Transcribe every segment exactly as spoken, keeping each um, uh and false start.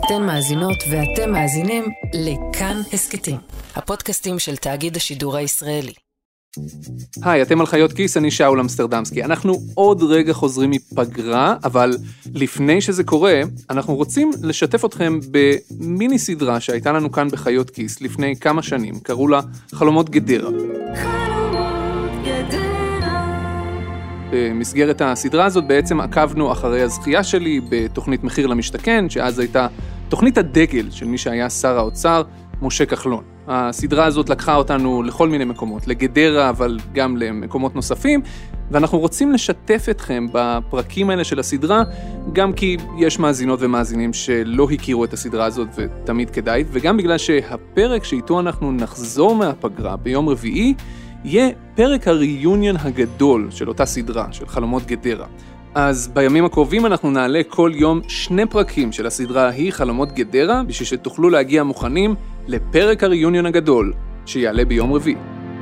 אתן מאזינות ואתם מאזינים לכאן הסקטים, הפודקאסטים של תאגיד השידור הישראלי. היי, אתם על חיות כיס, אני שאול אמסטרדמסקי. אנחנו עוד רגע חוזרים מפגרה, אבל לפני שזה קורה, אנחנו רוצים לשתף אתכם במיני סדרה שהייתה לנו כאן בחיות כיס לפני כמה שנים, קראו לה חלומות גדרה. חלומות גדרה. במסגרת הסדרה הזאת בעצם עקבנו אחרי הזכייה שלי בתוכנית מחיר למשתכן, שאז הייתה תוכנית הדגל של מי שהיה שר האוצר, משה כחלון. הסדרה הזאת לקחה אותנו לכל מיני מקומות, לגדרה, אבל גם למקומות נוספים, ואנחנו רוצים לשתף אתכם בפרקים האלה של הסדרה, גם כי יש מאזינות ומאזינים שלא הכירו את הסדרה הזאת ותמיד כדאי, וגם בגלל שהפרק שאיתו אנחנו נחזור מהפגרה ביום רביעי, יהיה פרק הריוניון הגדול של אותה סדרה, של חלומות גדרה. אז בימים הקרובים אנחנו נעלה כל יום שני פרקים של הסדרה ההיא, חלומות גדרה, בשביל שתוכלו להגיע מוכנים לפרק הריוניון הגדול, שיעלה ביום רביעי.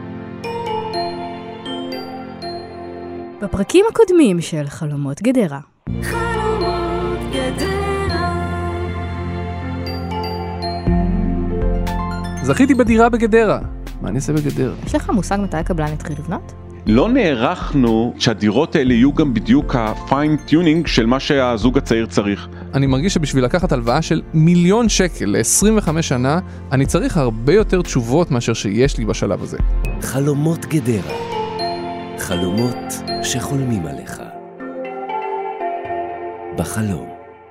בפרקים הקודמים של חלומות גדרה. חלומות גדרה. זכיתי בדירה בגדרה. מה אני אעשה בגדרה? יש לך מושג מתי הקבלן התחיל לבנות? לא נערכנו שהדירות האלה יהיו גם בדיוק הפיין טיונינג של מה שהזוג הצעיר צריך. אני מרגיש שבשביל לקחת הלוואה של מיליון שקל ל-עשרים וחמש שנה, אני צריך הרבה יותר תשובות מאשר שיש לי בשלב הזה. חלומות גדרה. חלומות שחולמים עליך. בחלום.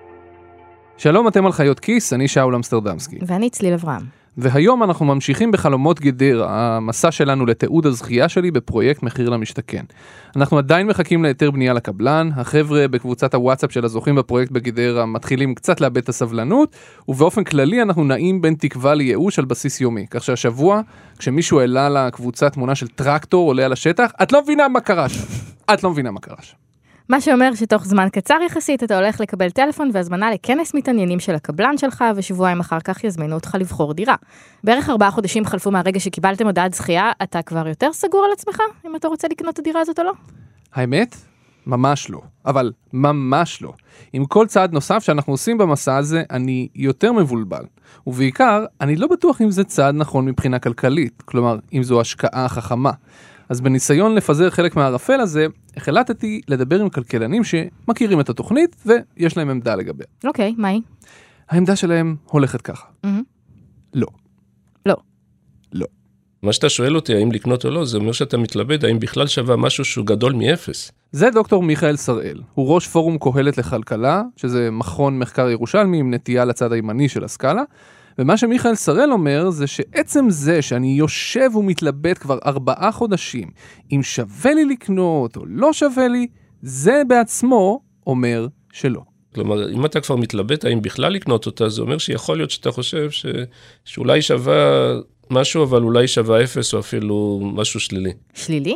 שלום, אתם על חיות כיס, אני שאול אמסטרדמסקי. ואני צליל אברהם. והיום אנחנו ממשיכים בחלומות גדרה, המסע שלנו לתיעוד הזכייה שלי בפרויקט מחיר למשתכן. אנחנו עדיין מחכים ליתר בנייה לקבלן, החבר'ה בקבוצת הוואטסאפ של הזוכים בפרויקט בגדרה מתחילים קצת לאבד את הסבלנות, ובאופן כללי אנחנו נעים בין תקווה לייאוש על בסיס יומי, כך שהשבוע, כשמישהו העלה לקבוצה תמונה של טרקטור עולה על השטח, את לא מבינה מה קרה שם. את לא מבינה מה קרה שם. מה שאומר שתוך זמן קצר יחסית אתה הולך לקבל טלפון והזמנה לכנס מתעניינים של הקבלן שלך, ושבועיים אחר כך יזמינו אותך לבחור דירה. בערך ארבעה חודשים חלפו מהרגע שקיבלתם הודעת זכייה, אתה כבר יותר סגור על עצמך, אם אתה רוצה לקנות את הדירה הזאת או לא? האמת? ממש לא. אבל ממש לא. עם כל צעד נוסף שאנחנו עושים במסע הזה, אני יותר מבולבל. ובעיקר, אני לא בטוח אם זה צעד נכון מבחינה כלכלית, כלומר, אם זו השקעה חכמה. אז בניסיון לפזר חלק מהערפל הזה, החלטתי לדבר עם כלכלנים שמכירים את התוכנית, ויש להם עמדה לגביה. אוקיי, מה היא? העמדה שלהם הולכת ככה. Mm-hmm. לא. לא. לא. מה שאתה שואל אותי, האם לקנות או לא, זה אומר שאתה מתלבט, האם בכלל שווה משהו שהוא גדול מאפס. זה דוקטור מיכאל שראל. הוא ראש פורום קהלת לכלכלה, שזה מכון מחקר ירושלמי עם נטייה לצד הימני של הסקאלה, ומה שמיכאל שראל אומר זה שעצם זה שאני יושב ומתלבט כבר ארבעה חודשים, אם שווה לי לקנות או לא שווה לי, זה בעצמו אומר שלא. כלומר, אם אתה כבר מתלבט, האם בכלל לקנות אותה, זה אומר שיכול להיות שאתה חושב ש... שאולי שווה משהו, אבל אולי שווה אפס או אפילו משהו שלילי. שלילי?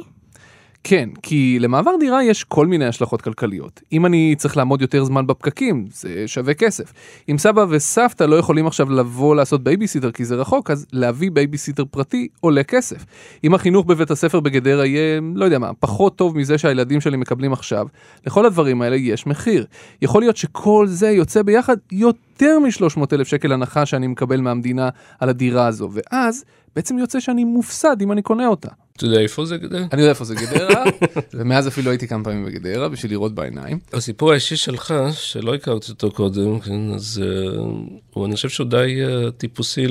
כן, כי למעבר דירה יש כל מיני השלכות כלכליות. אם אני צריך לעמוד יותר זמן בפקקים, זה שווה כסף. אם סבא וסבתא לא יכולים עכשיו לבוא לעשות בייביסיטר כי זה רחוק, אז להביא בייביסיטר פרטי עולה כסף. אם החינוך בבית הספר בגדרה יהיה, לא יודע מה, פחות טוב מזה שהילדים שלי מקבלים עכשיו, לכל הדברים האלה יש מחיר. יכול להיות שכל זה יוצא ביחד יותר מ-שלוש מאות אלף שקל הנחה שאני מקבל מהמדינה על הדירה הזו, ואז בעצם יוצא שאני מופסד אם אני קונה אותה. אתה יודע איפה זה גדרה? אני יודע איפה זה גדרה, ומאז אפילו הייתי כמה פעמים בגדרה, בשביל לראות בעיניים. הסיפור האישי שלך, שלא הכרתי אותו קודם, אז אני חושב שהוא די טיפוסי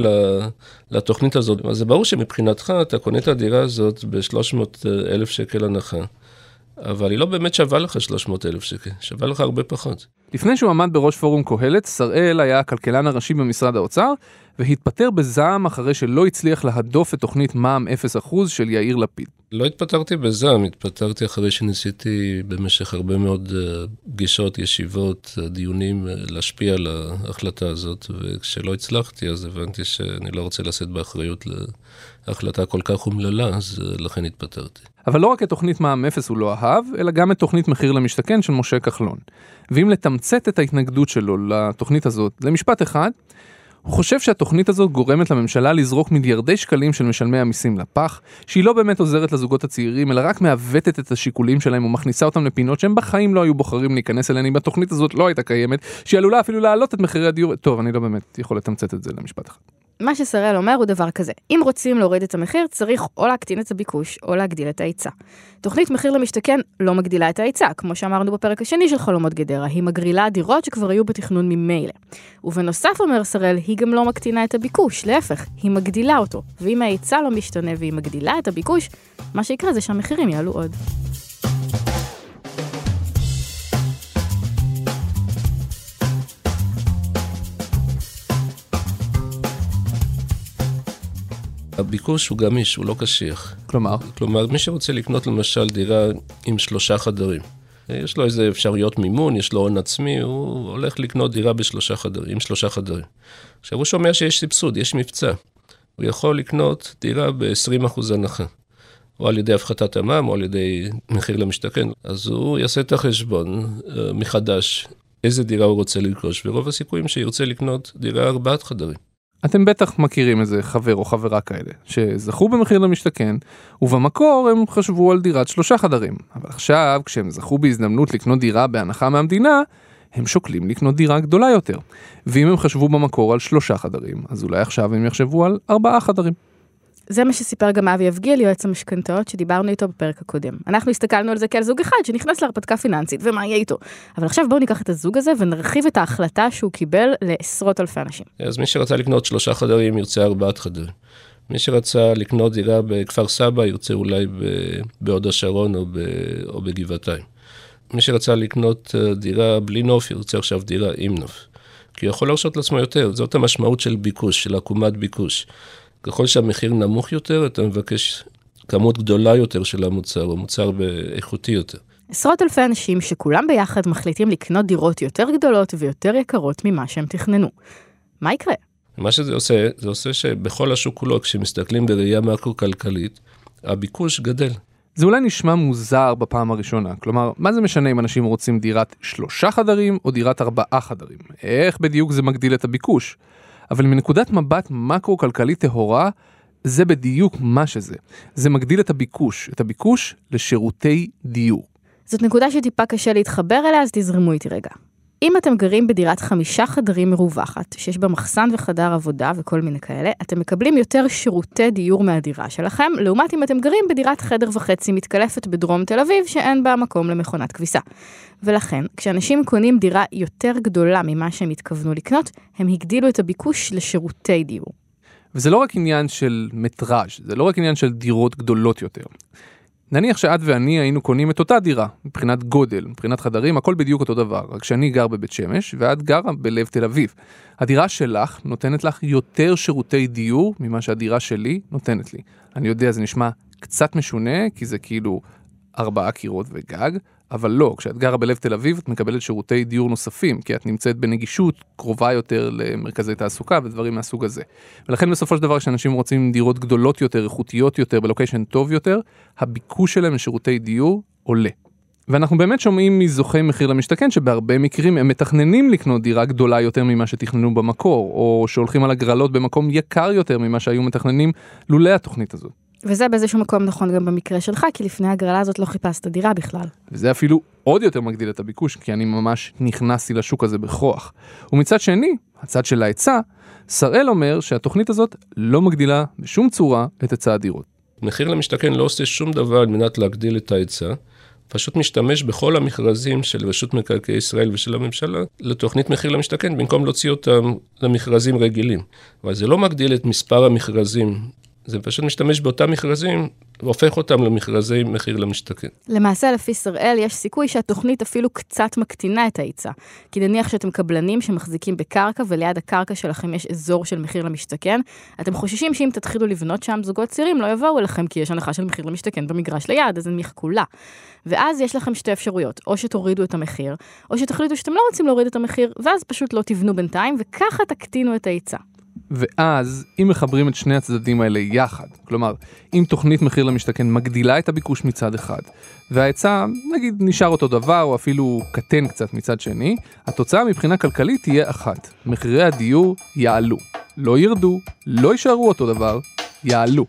לתוכנית הזאת. אז זה ברור שמבחינתך אתה קונה את הדירה הזאת ב-שלוש מאות אלף שקל הנחה, אבל היא לא באמת שווה לך שלוש מאות אלף שקל, שווה לך הרבה פחות. לפני שהוא עמד בראש פורום קהלת, שראל היה הכלכלן הראשי במשרד האוצר, והתפטר בזעם אחרי שלא הצליח להדוף את תוכנית מע"מ אפס אחוז של יאיר לפיד. לא התפטרתי בזעם, התפטרתי אחרי שניסיתי במשך הרבה מאוד פגישות, ישיבות, דיונים, להשפיע על ההחלטה הזאת, וכשלא הצלחתי, אז הבנתי שאני לא רוצה לשאת באחריות להחלטה כל כך אומללה, אז לכן התפטרתי. אבל לא רק את תוכנית מע"מ אפס הוא לא אהב, אלא גם את תוכנית מחיר למשתכן של משה כחלון. ואם לתמצת את ההתנגדות שלו לתוכנית הזאת, למשפט אחד, הוא חושב שהתוכנית הזאת גורמת לממשלה לזרוק מיליארדי שקלים של משלמי המיסים לפח, שהיא לא באמת עוזרת לזוגות הצעירים, אלא רק מעוותת את השיקולים שלהם ומכניסה אותם לפינות שהם בחיים לא היו בוחרים להיכנס אליהן, אם התוכנית הזאת לא הייתה קיימת, שהיא עלולה אפילו להעלות את מחירי הדיור. טוב, אני לא באמת יכול לתמצת את זה למשפט אחד. מה ששראל אומר הוא דבר כזה. אם רוצים להוריד את המחיר, צריך או להקטין את הביקוש, או להגדיל את ההיצע. תוכנית מחיר למשתכן לא מגדילה את ההיצע, כמו שאמרנו בפרק השני של חלומות גדרה, היא מגרילה דירות שכבר היו בתכנון ממילא. ובנוסף אומר ישראל, היא גם לא מקטינה את הביקוש, להפך, היא מגדילה אותו. ואם ההיצע לא משתנה והיא מגדילה את הביקוש, מה שיקרה זה שהמחירים יעלו עוד. הביקוש הוא גמיש, הוא לא קשיח. כלומר? כלומר, מי שרוצה לקנות למשל דירה עם שלושה חדרים, יש לו איזה אפשרויות מימון, יש לו הון עצמי, הוא הולך לקנות דירה בשלושה חדרים, עם שלושה חדרים. עכשיו הוא שומע שיש סבסוד, יש מבצע. הוא יכול לקנות דירה ב-עשרים אחוז הנחה, או על ידי הפחתת המע"מ, או על ידי מחיר למשתכן. אז הוא יעשה את החשבון מחדש, איזה דירה הוא רוצה לרכוש, ורוב הסיכויים שירצה לקנות דירה ארבעת חדרים. אתם בטח מכירים איזה חבר או חברה כאלה, שזכו במחיר למשתכן, ובמקור הם חשבו על דירת שלושה חדרים. אבל עכשיו, כשהם זכו בהזדמנות לקנות דירה בהנחה מהמדינה, הם שוקלים לקנות דירה גדולה יותר. ואם הם חשבו במקור על שלושה חדרים, אז אולי עכשיו הם יחשבו על ארבעה חדרים. זה מה שסיפר גם אבי אבגיל, יועץ המשכנתאות, שדיברנו איתו בפרק הקודם. אנחנו הסתכלנו על זה כעל זוג אחד שנכנס להרפתקה פיננסית, ומה יהיה איתו? אבל עכשיו בואו ניקח את הזוג הזה ונרחיב את ההחלטה שהוא קיבל לעשרות אלפי אנשים. אז מי שרצה לקנות שלושה חדרים ירצה ארבעת חדרים. מי שרצה לקנות דירה בכפר סבא ירצה אולי בהוד השרון או, או בגבעתיים. מי שרצה לקנות דירה בלי נוף ירצה עכשיו דירה עם נוף. כי הוא יכול להרשות לעצמו יותר. זאת המשמעות של ביקוש, של עקומת ביקוש. ככל שהמחיר נמוך יותר, אתה מבקש כמות גדולה יותר של המוצר, או מוצר באיכותי יותר. עשרות אלפי אנשים שכולם ביחד מחליטים לקנות דירות יותר גדולות ויותר יקרות ממה שהם תכננו. מה יקרה? מה שזה עושה, זה עושה שבכל השוק כולו, כשמסתכלים בראייה מקרו-כלכלית, הביקוש גדל. זה אולי נשמע מוזר בפעם הראשונה. כלומר, מה זה משנה אם אנשים רוצים דירת שלושה חדרים או דירת ארבעה חדרים? איך בדיוק זה מגדיל את הביקוש? אבל מנקודת מבט מקרו-כלכלית טהורה, זה בדיוק מה שזה. זה מגדיל את הביקוש, את הביקוש לשירותי דיור. זאת נקודה שטיפה קשה להתחבר אליה, אז תזרמו איתי רגע. אם אתם גרים בדירת חמישה חדרים מרווחת, שיש בה מחסן וחדר עבודה וכל מיני כאלה, אתם מקבלים יותר שירותי דיור מהדירה שלכם, לעומת אם אתם גרים בדירת חדר וחצי מתקלפת בדרום תל אביב, שאין בה מקום למכונת כביסה. ולכן, כשאנשים קונים דירה יותר גדולה ממה שהם התכוונו לקנות, הם הגדילו את הביקוש לשירותי דיור. וזה לא רק עניין של מטראז', זה לא רק עניין של דירות גדולות יותר. נניח שאת ואני היינו קונים את אותה דירה, מבחינת גודל, מבחינת חדרים, הכל בדיוק אותו דבר, רק שאני גר בבית שמש ואת גרה בלב תל אביב. הדירה שלך נותנת לך יותר שירותי דיור ממה שהדירה שלי נותנת לי. אני יודע, זה נשמע קצת משונה, כי זה כאילו ארבעה קירות וגג, אבל לא, כשאת גרה בלב תל אביב, את מקבלת שירותי דיור נוספים, כי את נמצאת בנגישות קרובה יותר למרכזי תעסוקה ודברים מהסוג הזה. ולכן בסופו של דבר, כשאנשים רוצים דירות גדולות יותר, איכותיות יותר, בלוקיישן טוב יותר, הביקוש שלהם לשירותי דיור עולה. ואנחנו באמת שומעים מזוכי מחיר למשתכן, שבהרבה מקרים הם מתכננים לקנות דירה גדולה יותר ממה שתכננו במקור, או שהולכים על הגרלות במקום יקר יותר ממה שהיו מתכננים לולא התוכנית הזאת. וזה באיזשהו מקום נכון גם במקרה שלך, כי לפני הגרלה הזאת לא חיפשת דירה בכלל. וזה אפילו עוד יותר מגדיל את הביקוש, כי אני ממש נכנסתי לשוק הזה בכוח. ומצד שני, הצד של ההיצע, שראל אומר שהתוכנית הזאת לא מגדילה בשום צורה את היצע הדירות. מחיר למשתכן לא עושה שום דבר על מנת להגדיל את ההיצע, פשוט משתמש בכל המכרזים של רשות מקרקעי ישראל ושל הממשלה לתוכנית מחיר למשתכן, במקום להוציא אותם למכרזים רגילים. אבל זה לא מגדיל את מספר המכרזים, זה פשוט משתמש באותם מכרזים, והופך אותם למכרזי מחיר למשתכן. למעשה, לפי שראל, יש סיכוי שהתוכנית אפילו קצת מקטינה את ההיצע. כי נניח שאתם קבלנים שמחזיקים בקרקע, וליד הקרקע שלכם יש אזור של מחיר למשתכן, אתם חוששים שאם תתחילו לבנות שם זוגות צעירים, לא יבואו אליכם, כי יש הנחה של מחיר למשתכן במגרש ליד, אז הם יחכו לה. ואז יש לכם שתי אפשרויות, או שתורידו את המחיר, או שתחליטו שאתם לא רוצים להוריד את המחיר, ואז פשוט לא תבנו בינתיים, וככה תקטינו את ההיצע. ואז, אם מחברים את שני הצדדים האלה יחד, כלומר, אם תוכנית מחיר למשתכן מגדילה את הביקוש מצד אחד, וההיצע, נגיד, נשאר אותו דבר, או אפילו קטן קצת מצד שני, התוצאה מבחינה כלכלית תהיה אחת. מחירי הדיור יעלו. לא ירדו, לא יישארו אותו דבר, יעלו.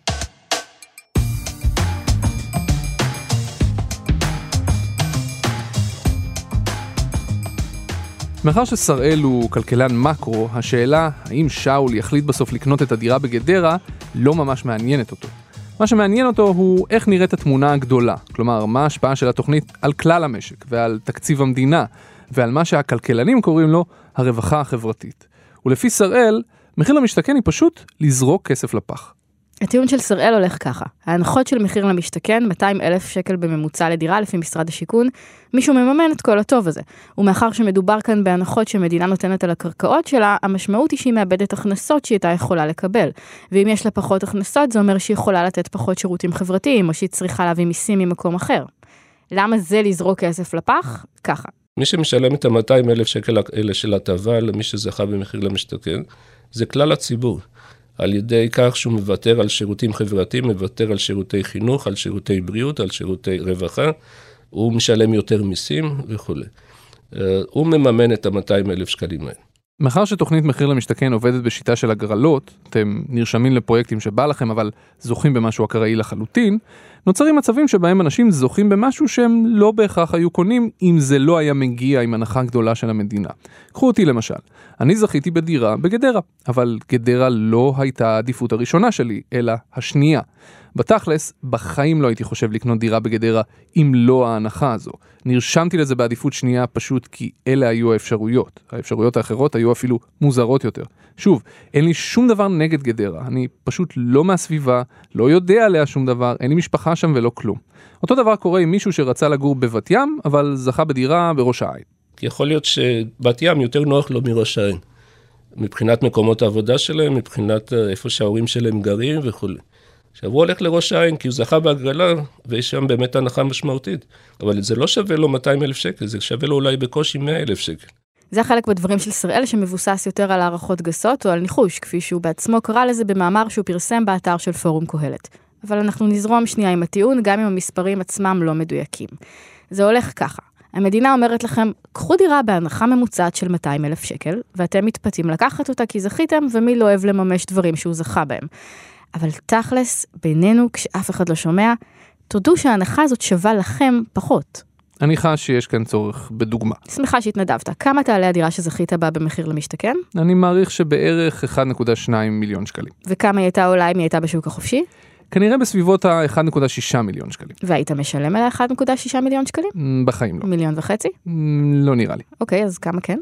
מאחר ששראל הוא כלכלן מקרו, השאלה האם שאול יחליט בסוף לקנות את הדירה בגדרה לא ממש מעניינת אותו. מה שמעניין אותו הוא איך נראית התמונה הגדולה, כלומר מה ההשפעה של התוכנית על כלל המשק ועל תקציב המדינה ועל מה שהכלכלנים קוראים לו הרווחה החברתית. ולפי שראל, מחיר למשתכן היא פשוט לזרוק כסף לפח. הטיעון של שראל הולך ככה, ההנחות של מחיר למשתכן, מאתיים אלף שקל בממוצע לדירה לפי משרד השיכון, מישהו מממן את כל הטוב הזה. ומאחר שמדובר כאן בהנחות שמדינה נותנת על הקרקעות שלה, המשמעות היא שהיא מאבדת הכנסות שהיא הייתה יכולה לקבל. ואם יש לה פחות הכנסות, זה אומר שהיא יכולה לתת פחות שירותים חברתיים, או שהיא צריכה להביא מיסים ממקום אחר. למה זה לזרוק כסף לפח? ככה. מי שמשלם את ה-מאתיים אלף שקל האלה של הטבה למי שזכה במחיר למשתכן, זה כלל הציבור. על ידי כך שהוא מוותר על שירותים חברתיים, מוותר על שירותי חינוך, על שירותי בריאות, על שירותי רווחה, הוא משלם יותר מיסים וכו'. הוא מממן את ה-מאתיים אלף שקלים האלה. מאחר שתוכנית מחיר למשתכן עובדת בשיטה של הגרלות, אתם נרשמים לפרויקטים שבא לכם אבל זוכים במשהו אקראי לחלוטין, נוצרים מצבים שבהם אנשים זוכים במשהו שהם לא בהכרח היו קונים אם זה לא היה מגיע עם הנחה גדולה של המדינה. קחו אותי למשל, אני זכיתי בדירה בגדרה, אבל גדרה לא הייתה העדיפות הראשונה שלי, אלא השנייה. בתכלס, בחיים לא הייתי חושב לקנות דירה בגדרה אם לא ההנחה הזו. נרשמתי לזה בעדיפות שנייה פשוט כי אלה היו האפשרויות. האפשרויות האחרות היו אפילו מוזרות יותר. שוב, אין לי שום דבר נגד גדרה. אני פשוט לא מהסביבה, לא יודע עליה שום דבר, אין לי משפחה שם ולא כלום. אותו דבר קורה עם מישהו שרצה לגור בבת ים, אבל זכה בדירה בראש העין. יכול להיות שבת ים יותר נוח לו מראש העין. מבחינת מקומות העבודה שלהם, מבחינת איפה שההורים שלהם גרים וכו'. עכשיו הוא הולך לראש העין כי הוא זכה בהגרלה ויש שם באמת הנחה משמעותית. אבל זה לא שווה לו מאתיים אלף שקל, זה שווה לו אולי בקושי מאה אלף שקל. זה חלק בדברים של שראל שמבוסס יותר על הערכות גסות או על ניחוש, כפי שהוא בעצמו קרא לזה במאמר שהוא פרסם באתר של פורום קהלת. אבל אנחנו נזרום שנייה עם הטיעון, גם אם המספרים עצמם לא מדויקים. זה הולך ככה. המדינה אומרת לכם, קחו דירה בהנחה ממוצעת של מאתיים אלף שקל, ואתם מתפתים לקחת אותה כי זכיתם, ומי לא אוהב לממש דברים שהוא זכה בהם. אבל תכלס, בינינו, כשאף אחד לא שומע, תודו שההנחה הזאת שווה לכם פחות. אני חש שיש כאן צורך בדוגמה. שמחה שהתנדבת. כמה תעלה הדירה שזכית בה במחיר למשתכן? אני מעריך שבערך אחד נקודה שתיים מיליון שקלים. וכמה היא הייתה אולי אם היא הייתה בשוק החופשי? כנראה בסביבות ה-אחד נקודה שש מיליון שקלים. והיית משלם עליה אחד נקודה שש מיליון שקלים? בחיים לא. מיליון וחצי? לא נראה לי. אוקיי, אז כמה כן?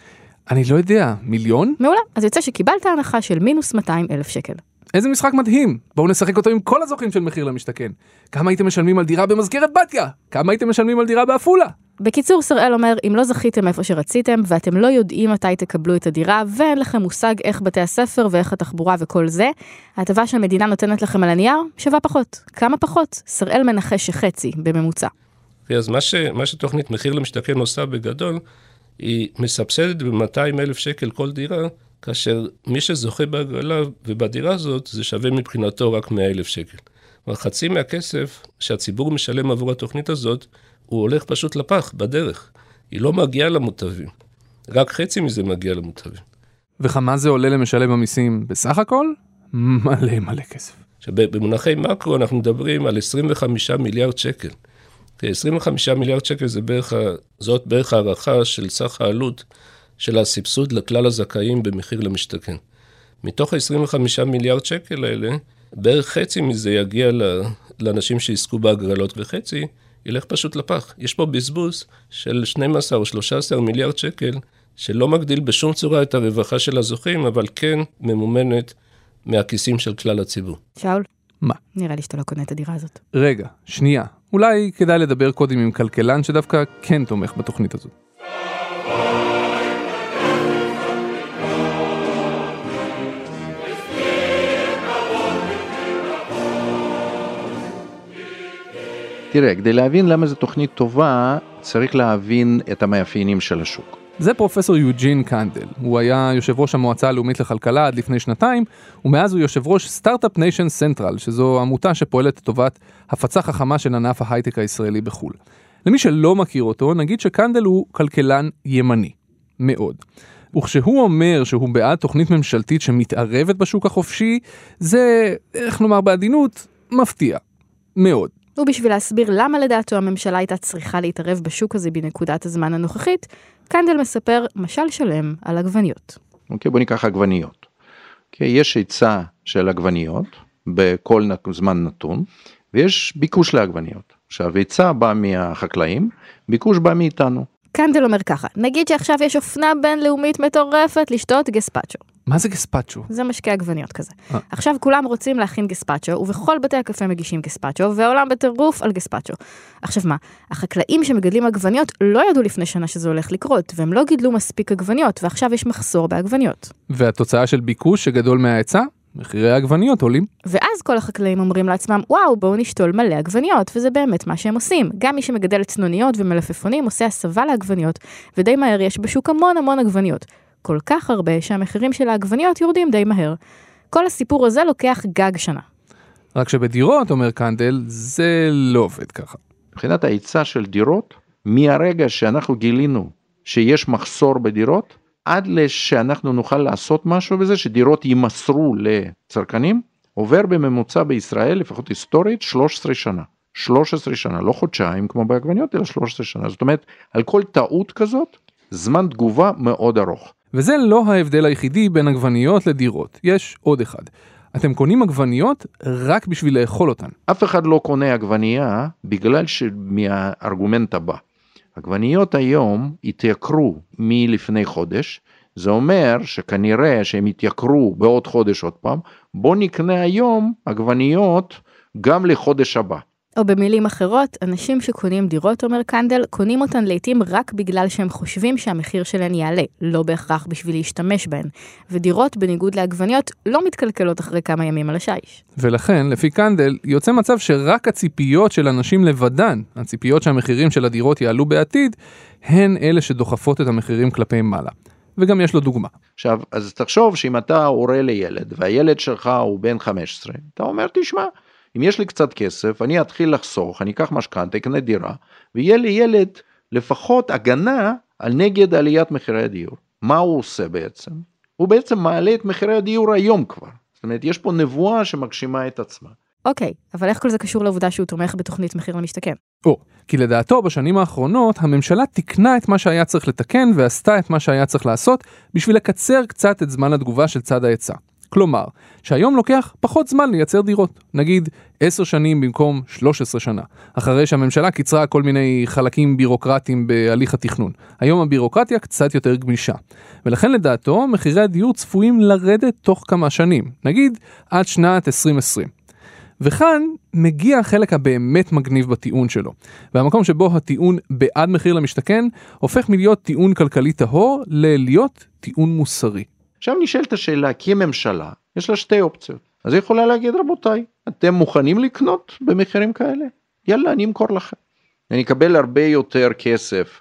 אני לא יודע, מיליון? מעולה, אז יוצא שקיבלת הנחה של מינוס מאתיים אלף שקל. איזה משחק מדהים. בואו נשחק אותו עם כל הזוכים של מחיר למשתכן. כמה הייתם משלמים על דירה במזכרת בתיה? כמה הייתם משלמים על דירה באפולה? בקיצור, שראל אומר, אם לא זכיתם איפה שרציתם, ואתם לא יודעים מתי תקבלו את הדירה, ואין לכם מושג איך בתי הספר ואיך התחבורה וכל זה, ההטבה שהמדינה נותנת לכם על הנייר שווה פחות. כמה פחות? שראל מנחש שחצי בממוצע. אז מה, ש, מה שתוכנית מחיר למשתכן עושה בגדול, היא מסבסדת ב-מאתיים אלף שקל כל דירה, כאשר מי שזוכה בהגרלה ובדירה הזאת, זה שווה מבחינתו רק מאה אלף שקל. חצי מהכסף שהציבור משלם עבור התוכנית הזאת, הוא הולך פשוט לפח, בדרך. היא לא מגיעה למוטבים. רק חצי מזה מגיע למוטבים. וכמה זה עולה למשלם המיסים בסך הכל? מלא מלא כסף. שבמונחי מקרו אנחנו מדברים על עשרים וחמישה מיליארד שקל. עשרים וחמישה מיליארד שקל זה בערך, זאת בערך הערכה של סך העלות של הסבסוד לכלל הזכאים במחיר למשתכן. מתוך ה-עשרים וחמישה מיליארד שקל האלה, בערך חצי מזה יגיע לאנשים שעסקו בהגרלות וחצי, ילך פשוט לפח. יש פה בזבוז של שנים עשר או שלושה עשר מיליארד שקל, שלא מגדיל בשום צורה את הרווחה של הזוכים, אבל כן ממומנת מהכיסים של כלל הציבור. שאול? מה? נראה לי שאתה לא קונה את הדירה הזאת. רגע, שנייה. אולי כדאי לדבר קודם עם כלכלן שדווקא כן תומך בתוכנית הזאת. תראה, כדי להבין למה זו תוכנית טובה, צריך להבין את המאפיינים של השוק. זה פרופסור יוג'ין קנדל. הוא היה יושב ראש המועצה הלאומית לכלכלה עד לפני שנתיים, ומאז הוא יושב ראש סטארט-אפ ניישן סנטרל, שזו עמותה שפועלת לטובת הפצה חכמה של ענף ההייטק הישראלי בחו"ל. למי שלא מכיר אותו, נגיד שקנדל הוא כלכלן ימני. מאוד. וכשהוא אומר שהוא בעד תוכנית ממשלתית שמתערבת בשוק החופשי, זה, איך נאמר בעדינות, מפתיע. מאוד. ובשביל להסביר למה לדעתו הממשלה הייתה צריכה להתערב בשוק הזה בנקודת הזמן הנוכחית, קנדל מספר משל שלם על עגבניות. אוקיי, בוא ניקח עגבניות. אוקיי, יש היצע של עגבניות בכל זמן נתון, ויש ביקוש לעגבניות. עכשיו, היצע בא מהחקלאים, ביקוש בא מאיתנו. קנדל אומר ככה, נגיד שעכשיו יש אופנה בינלאומית מטורפת לשתות גספצ'ו. מה זה גספצ'ו? זה משקה עגבניות כזה. 아. עכשיו כולם רוצים להכין גספצ'ו, ובכל בתי הקפה מגישים גספצ'ו, והעולם בטירוף על גספצ'ו. עכשיו מה, החקלאים שמגדלים עגבניות לא ידעו לפני שנה שזה הולך לקרות, והם לא גידלו מספיק עגבניות, ועכשיו יש מחסור בעגבניות. והתוצאה של ביקוש שגדול מההיצע? מחירי העגבניות עולים. ואז כל החקלאים אומרים לעצמם, וואו, בואו נשתול מלא עגבניות, וזה באמת מה שהם עושים. גם מי שמגדל צנוניות ומלפפונים עושה הסבה לעגבניות, ודי מהר יש בשוק המון המון עגבניות. כל כך הרבה שהמחירים של העגבניות יורדים די מהר. כל הסיפור הזה לוקח גג שנה. רק שבדירות, אומר קנדל, זה לא עובד ככה. מבחינת ההיצע של דירות, מהרגע שאנחנו גילינו שיש מחסור בדירות, עד שאנחנו נוכל לעשות משהו בזה, שדירות יימסרו לצרכנים, עובר בממוצע בישראל, לפחות היסטורית, שלוש עשרה שנה. שלוש עשרה שנה, לא חודשיים כמו בעגבניות, אלא שלוש עשרה שנה. זאת אומרת, על כל טעות כזאת, זמן תגובה מאוד ארוך. וזה לא ההבדל היחידי בין עגבניות לדירות. יש עוד אחד. אתם קונים עגבניות רק בשביל לאכול אותן. אף אחד לא קונה עגבנייה בגלל שמהארגומנט הבא. עגבניות היום התייקרו מלפני חודש, זה אומר שכנראה שהם התייקרו בעוד חודש עוד פעם, בוא נקנה היום עגבניות גם לחודש הבא. או במילים אחרות, אנשים שקונים דירות, אומר קנדל, קונים אותן לעתים רק בגלל שהם חושבים שהמחיר שלהן יעלה, לא בהכרח בשביל להשתמש בהן. ודירות, בניגוד לעגבניות, לא מתקלקלות אחרי כמה ימים על השיש. ולכן, לפי קנדל, יוצא מצב שרק הציפיות של אנשים לבדן, הציפיות שהמחירים של הדירות יעלו בעתיד, הן אלה שדוחפות את המחירים כלפי מעלה. וגם יש לו דוגמה. עכשיו, אז תחשוב שאם אתה הורה לילד, והילד שלך הוא בן חמש עשרה, אתה אומר, תשמע, אם יש לי קצת כסף, אני אתחיל לחסוך, אני אקח משכנתא, אקנה דירה, ויהיה לי ילד לפחות הגנה על נגד עליית מחירי הדיור. מה הוא עושה בעצם? הוא בעצם מעלה את מחירי הדיור היום כבר. זאת אומרת, יש פה נבואה שמגשימה את עצמה. אוקיי, אבל איך כל זה קשור לעובדה שהוא תומך בתוכנית מחיר למשתכן? או, כי לדעתו בשנים האחרונות הממשלה תקנה את מה שהיה צריך לתקן ועשתה את מה שהיה צריך לעשות בשביל לקצר קצת את זמן התגובה של צד ההיצע. כלומר, שהיום לוקח פחות זמן לייצר דירות, נגיד עשר שנים במקום שלוש עשרה שנה, אחרי שהממשלה קיצרה כל מיני חלקים בירוקרטיים בהליך התכנון. היום הבירוקרטיה קצת יותר גמישה, ולכן לדעתו מחירי הדיור צפויים לרדת תוך כמה שנים, נגיד עד שנת עשרים עשרים. וכאן מגיע החלק הבאמת מגניב בטיעון שלו, והמקום שבו הטיעון בעד מחיר למשתכן הופך מלהיות טיעון כלכלי טהור ללהיות טיעון מוסרי. עכשיו נשאלת השאלה, כי הממשלה, יש לה שתי אופציות. אז היא יכולה להגיד, רבותיי, אתם מוכנים לקנות במחירים כאלה? יאללה, אני אמכור לכם. אני אקבל הרבה יותר כסף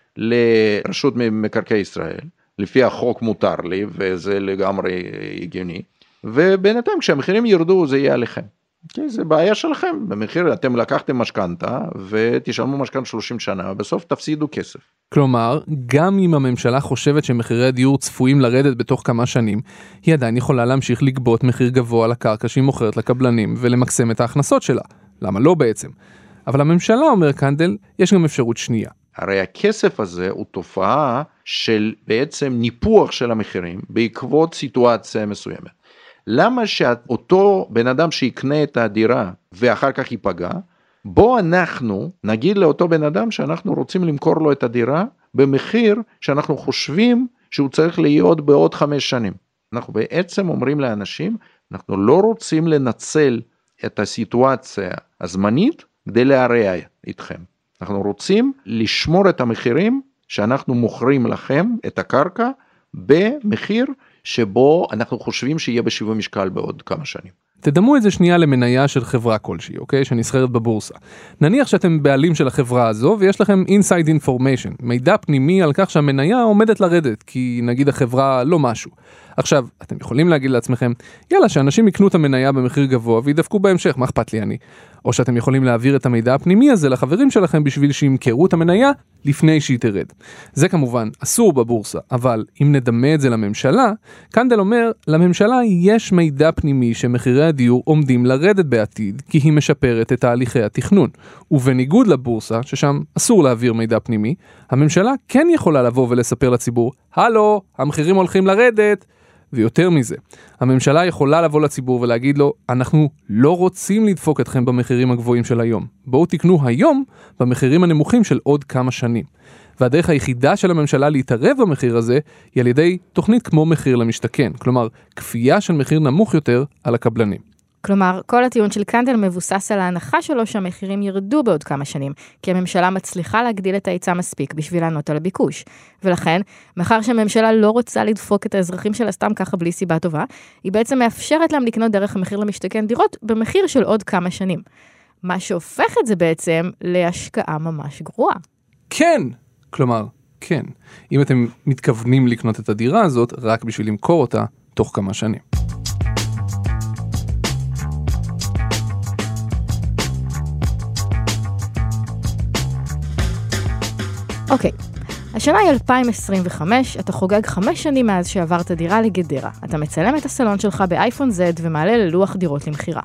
לרשות מקרקעי ישראל, לפי החוק מותר לי, וזה לגמרי הגיוני, ובינתיים כשהמחירים ירדו, זה יהיה עליכם. כי זה בעיה שלכם, במחיר אתם לקחתם משכנתא, ותשלמו משכנתא שלושים שנה, בסוף תפסידו כסף. כלומר, גם אם הממשלה חושבת שמחירי הדיור צפויים לרדת בתוך כמה שנים, היא עדיין יכולה להמשיך לגבות מחיר גבוה על הקרקע שהיא מוכרת לקבלנים, ולמקסם את ההכנסות שלה. למה לא בעצם? אבל הממשלה, אומר קנדל, יש גם אפשרות שנייה. הרי הכסף הזה הוא תופעה של בעצם ניפוח של המחירים, בעקבות סיטואציה מסוימת. למה שאותו בן אדם שיקנה את הדירה ואחר כך ייפגע, בוא אנחנו נגיד לאותו בן אדם שאנחנו רוצים למכור לו את הדירה במחיר שאנחנו חושבים שהוא צריך להיות בעוד חמש שנים. אנחנו בעצם אומרים לאנשים, אנחנו לא רוצים לנצל את הסיטואציה הזמנית כדי להרע איתכם. אנחנו רוצים לשמור את המחירים שאנחנו מוכרים לכם את הקרקע במחיר שבו אנחנו חושבים שיהיה בשיווי משקל בעוד כמה שנים. תדמו את זה שנייה למניה של חברה כלשהי, אוקיי? שנסחרת בבורסה. נניח שאתם בעלים של החברה הזו, ויש לכם inside information, מידע פנימי על כך שהמניה עומדת לרדת, כי נגיד החברה לא משהו. עכשיו, אתם יכולים להגיד לעצמכם, יאללה, שאנשים יקנו את המניה במחיר גבוה, וידפקו בהמשך, מה אכפת לי אני? או שאתם יכולים להעביר את המידע הפנימי הזה לחברים שלכם, בשביל שימכרו את המניה לפני שהיא תרד. זה כמובן אסור בבורסה, אבל אם נדמה את זה לממשלה, קנדל אומר, לממשלה יש מידע פנימי שמחירי הדיור עומדים לרדת בעתיד, כי היא משפרת את תהליכי התכנון. ובניגוד לבורסה, ששם אסור להעביר מידע פנימי, הממשלה כן יכולה לבוא ולספר לציבור, הלו, המחירים הולכים לרדת. ויותר מזה, הממשלה יכולה לבוא לציבור ולהגיד לו, אנחנו לא רוצים לדפוק אתכם במחירים הגבוהים של היום. בואו תקנו היום במחירים הנמוכים של עוד כמה שנים. והדרך היחידה של הממשלה להתערב במחיר הזה, היא על ידי תוכנית כמו מחיר למשתכן. כלומר, כפייה של מחיר נמוך יותר על הקבלנים. כלומר, כל הטיעון של קנדל מבוסס על ההנחה שלו שהמחירים ירדו בעוד כמה שנים, כי הממשלה מצליחה להגדיל את ההיצע מספיק בשביל לענות על הביקוש. ולכן, מאחר שהממשלה לא רוצה לדפוק את האזרחים שלה סתם ככה בלי סיבה טובה, היא בעצם מאפשרת להם לקנות דרך המחיר למשתכן דירות במחיר של עוד כמה שנים. מה שהופך את זה בעצם להשקעה ממש גרועה. כן! כלומר, כן. אם אתם מתכוונים לקנות את הדירה הזאת, רק בשביל למכור אותה תוך כמה שנים. אוקיי, השנה היא אלפיים עשרים וחמש, אתה חוגג חמש שנים מאז שעברת דירה לגדרה. אתה מצלם את הסלון שלך באייפון זד ומעלה ללוח דירות למחירה.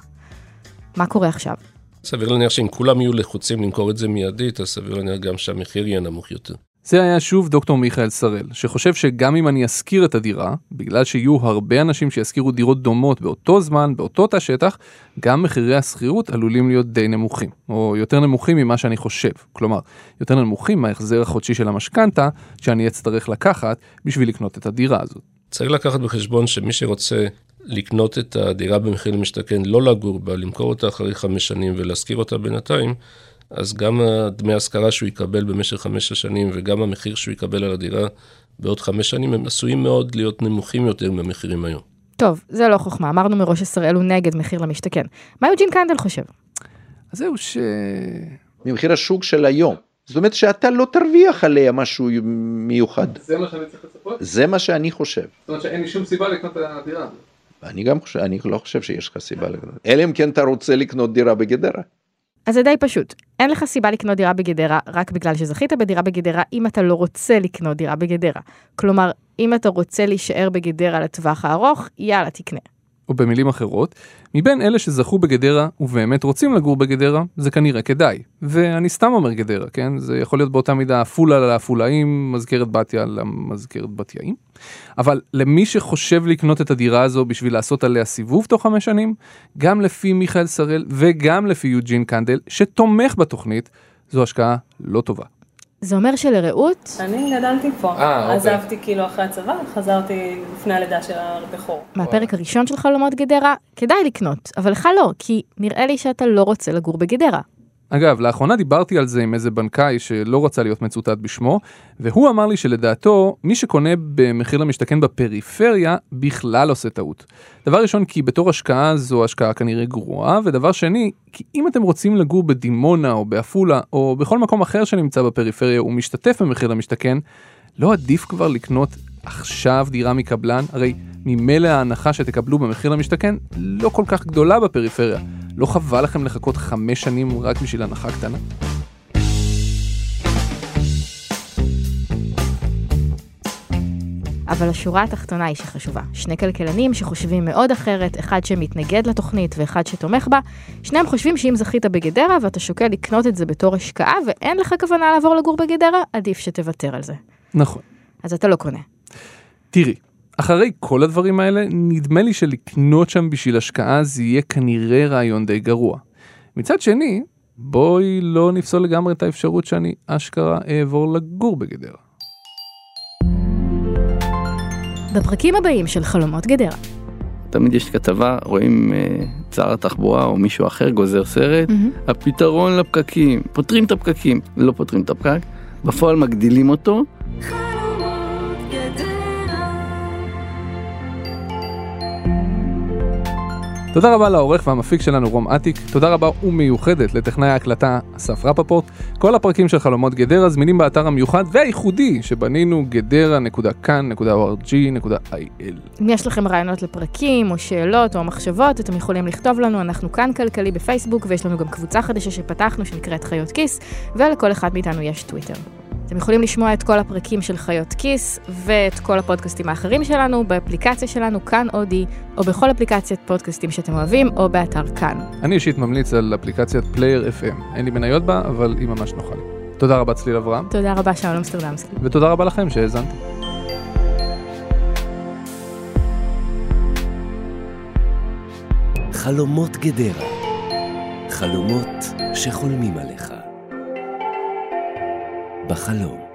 מה קורה עכשיו? סביר להניח שאם כולם יהיו לחוצים למכור את זה מיידית, אז סביר להניח גם שהמחיר יהיה נמוך יותר. זה היה שוב דוקטור מיכאל שראל, שחושב שגם אם אני אזכיר את הדירה, בגלל שיהיו הרבה אנשים שיזכירו דירות דומות באותו זמן, באותו תא שטח, גם מחירי השכירות עלולים להיות די נמוכים, או יותר נמוכים ממה שאני חושב. כלומר, יותר נמוכים מההחזר החודשי של המשכנתה, שאני אצטרך לקחת בשביל לקנות את הדירה הזאת. צריך לקחת בחשבון שמי שרוצה לקנות את הדירה במחיר למשתכן, לא לגור בה, למכור אותה אחרי חמש שנים ולהזכיר אותה בינתיים, אז גם דמי השכרה שהוא יקבל במשך חמש שנים, וגם המחיר שהוא יקבל על הדירה בעוד חמש שנים, הם עשויים מאוד להיות נמוכים יותר מהמחירים היום. טוב, זה לא חוכמה. אמרנו מראש ישראל הוא נגד מחיר למשתכן. מה יוג'ין קנדל חושב? אז זהו ש... ממחיר השוק של היום. זאת אומרת שאתה לא תרוויח עליה משהו מיוחד. זה מה שאני צריך לצפות? זה מה שאני חושב. זאת אומרת שאין לי שום סיבה לקנות את הדירה הזאת. אני גם חושב, אני לא חושב שיש לך סיבה לקנות. אלא אם כן אתה רוצה לקנות דירה בגדרה. אז זה די פשוט. אין לך סיבה לקנות דירה בגדרה רק בגלל שזכית בדירה בגדרה אם אתה לא רוצה לקנות דירה בגדרה. כלומר, אם אתה רוצה להישאר בגדרה לטווח הארוך, יאללה, תקנה. או במילים אחרות, מבין אלה שזכו בגדרה ובאמת רוצים לגור בגדרה, זה כנראה כדאי. ואני סתם אומר גדרה, כן? זה יכול להיות באותה מידה אפולה לאפולאים, מזכרת בתיה למזכרת בתיאים. אבל למי שחושב לקנות את הדירה הזו בשביל לעשות עליה סיבוב תוך חמש שנים, גם לפי מיכאל שראל וגם לפי יוג'ין קנדל, שתומך בתוכנית, זו השקעה לא טובה. זה אומר שלרעות... אני גדלתי פה, אה, עזבתי כאילו אחרי הצבא, חזרתי לפני הלידה של הבכור. מהפרק הראשון של חלומות גדרה, כדאי לקנות, אבל לך לא, כי נראה לי שאתה לא רוצה לגור בגדרה. אגב, לאחרונה דיברתי על זה עם איזה בנקאי שלא רצה להיות מצוטט בשמו, והוא אמר לי שלדעתו, מי שקונה במחיר למשתכן בפריפריה, בכלל עושה טעות. דבר ראשון, כי בתור השקעה זו השקעה כנראה גרועה, ודבר שני, כי אם אתם רוצים לגור בדימונה או באפולה, או בכל מקום אחר שנמצא בפריפריה ומשתתף במחיר למשתכן, לא עדיף כבר לקנות עכשיו דירה מקבלן, הרי ממילא ההנחה שתקבלו במחיר למשתכן לא כל כך גדולה בפריפריה. לא חבל לכם לחכות חמש שנים רק בשביל הנחה קטנה? אבל השורה התחתונה היא שחשובה. שני כלכלנים שחושבים מאוד אחרת, אחד שמתנגד לתוכנית ואחד שתומך בה, שניהם חושבים שאם זכית בגדרה ואתה שוקל לקנות את זה בתור השקעה ואין לך כוונה לעבור לגור בגדרה, עדיף שתוותר על זה. נכון. אז אתה לא קונה. תראי, אחרי כל הדברים האלה, נדמה לי שלקנות שם בשביל השקעה זה יהיה כנראה רעיון די גרוע. מצד שני, בואי לא נפסול לגמרי את האפשרות שאני אשכרה אעבור לגור בגדרה. בפרקים הבאים של חלומות גדרה. תמיד יש כתבה, רואים uh, שר התחבורה או מישהו אחר גוזר סרט, mm-hmm. הפתרון לפקקים, פותרים את הפקקים, לא פותרים את הפקק, בפועל מגדילים אותו. תודה רבה לעורך והמפיק שלנו רום עתיק, תודה רבה ומיוחדת לטכנאי ההקלטה אסף רפפורט. כל הפרקים של חלומות גדרה זמינים באתר המיוחד והייחודי שבנינו גדרה נקודה כאן נקודה או אר ג'י נקודה איי אל. אם יש לכם רעיונות לפרקים או שאלות או מחשבות, אתם יכולים לכתוב לנו, אנחנו כאן כלכלי בפייסבוק, ויש לנו גם קבוצה חדשה שפתחנו שנקראת חיות כיס, ולכל אחד מאיתנו יש טוויטר. אתם יכולים לשמוע את כל הפרקים של חיות כיס ואת כל הפודקאסטים האחרים שלנו באפליקציה שלנו כאן אודי, או בכל אפליקציית פודקאסטים שאתם אוהבים, או באתר כאן. אני אישית ממליץ על אפליקציית פלייר אף אם. אין לי מניות בה, אבל היא ממש נוחה לי. תודה רבה צליל אברהם. תודה רבה שאול אמסטרדמסקי. ותודה רבה לכם שהאזנתם. חלומות גדרה. חלומות שחולמים עליך. בחלום.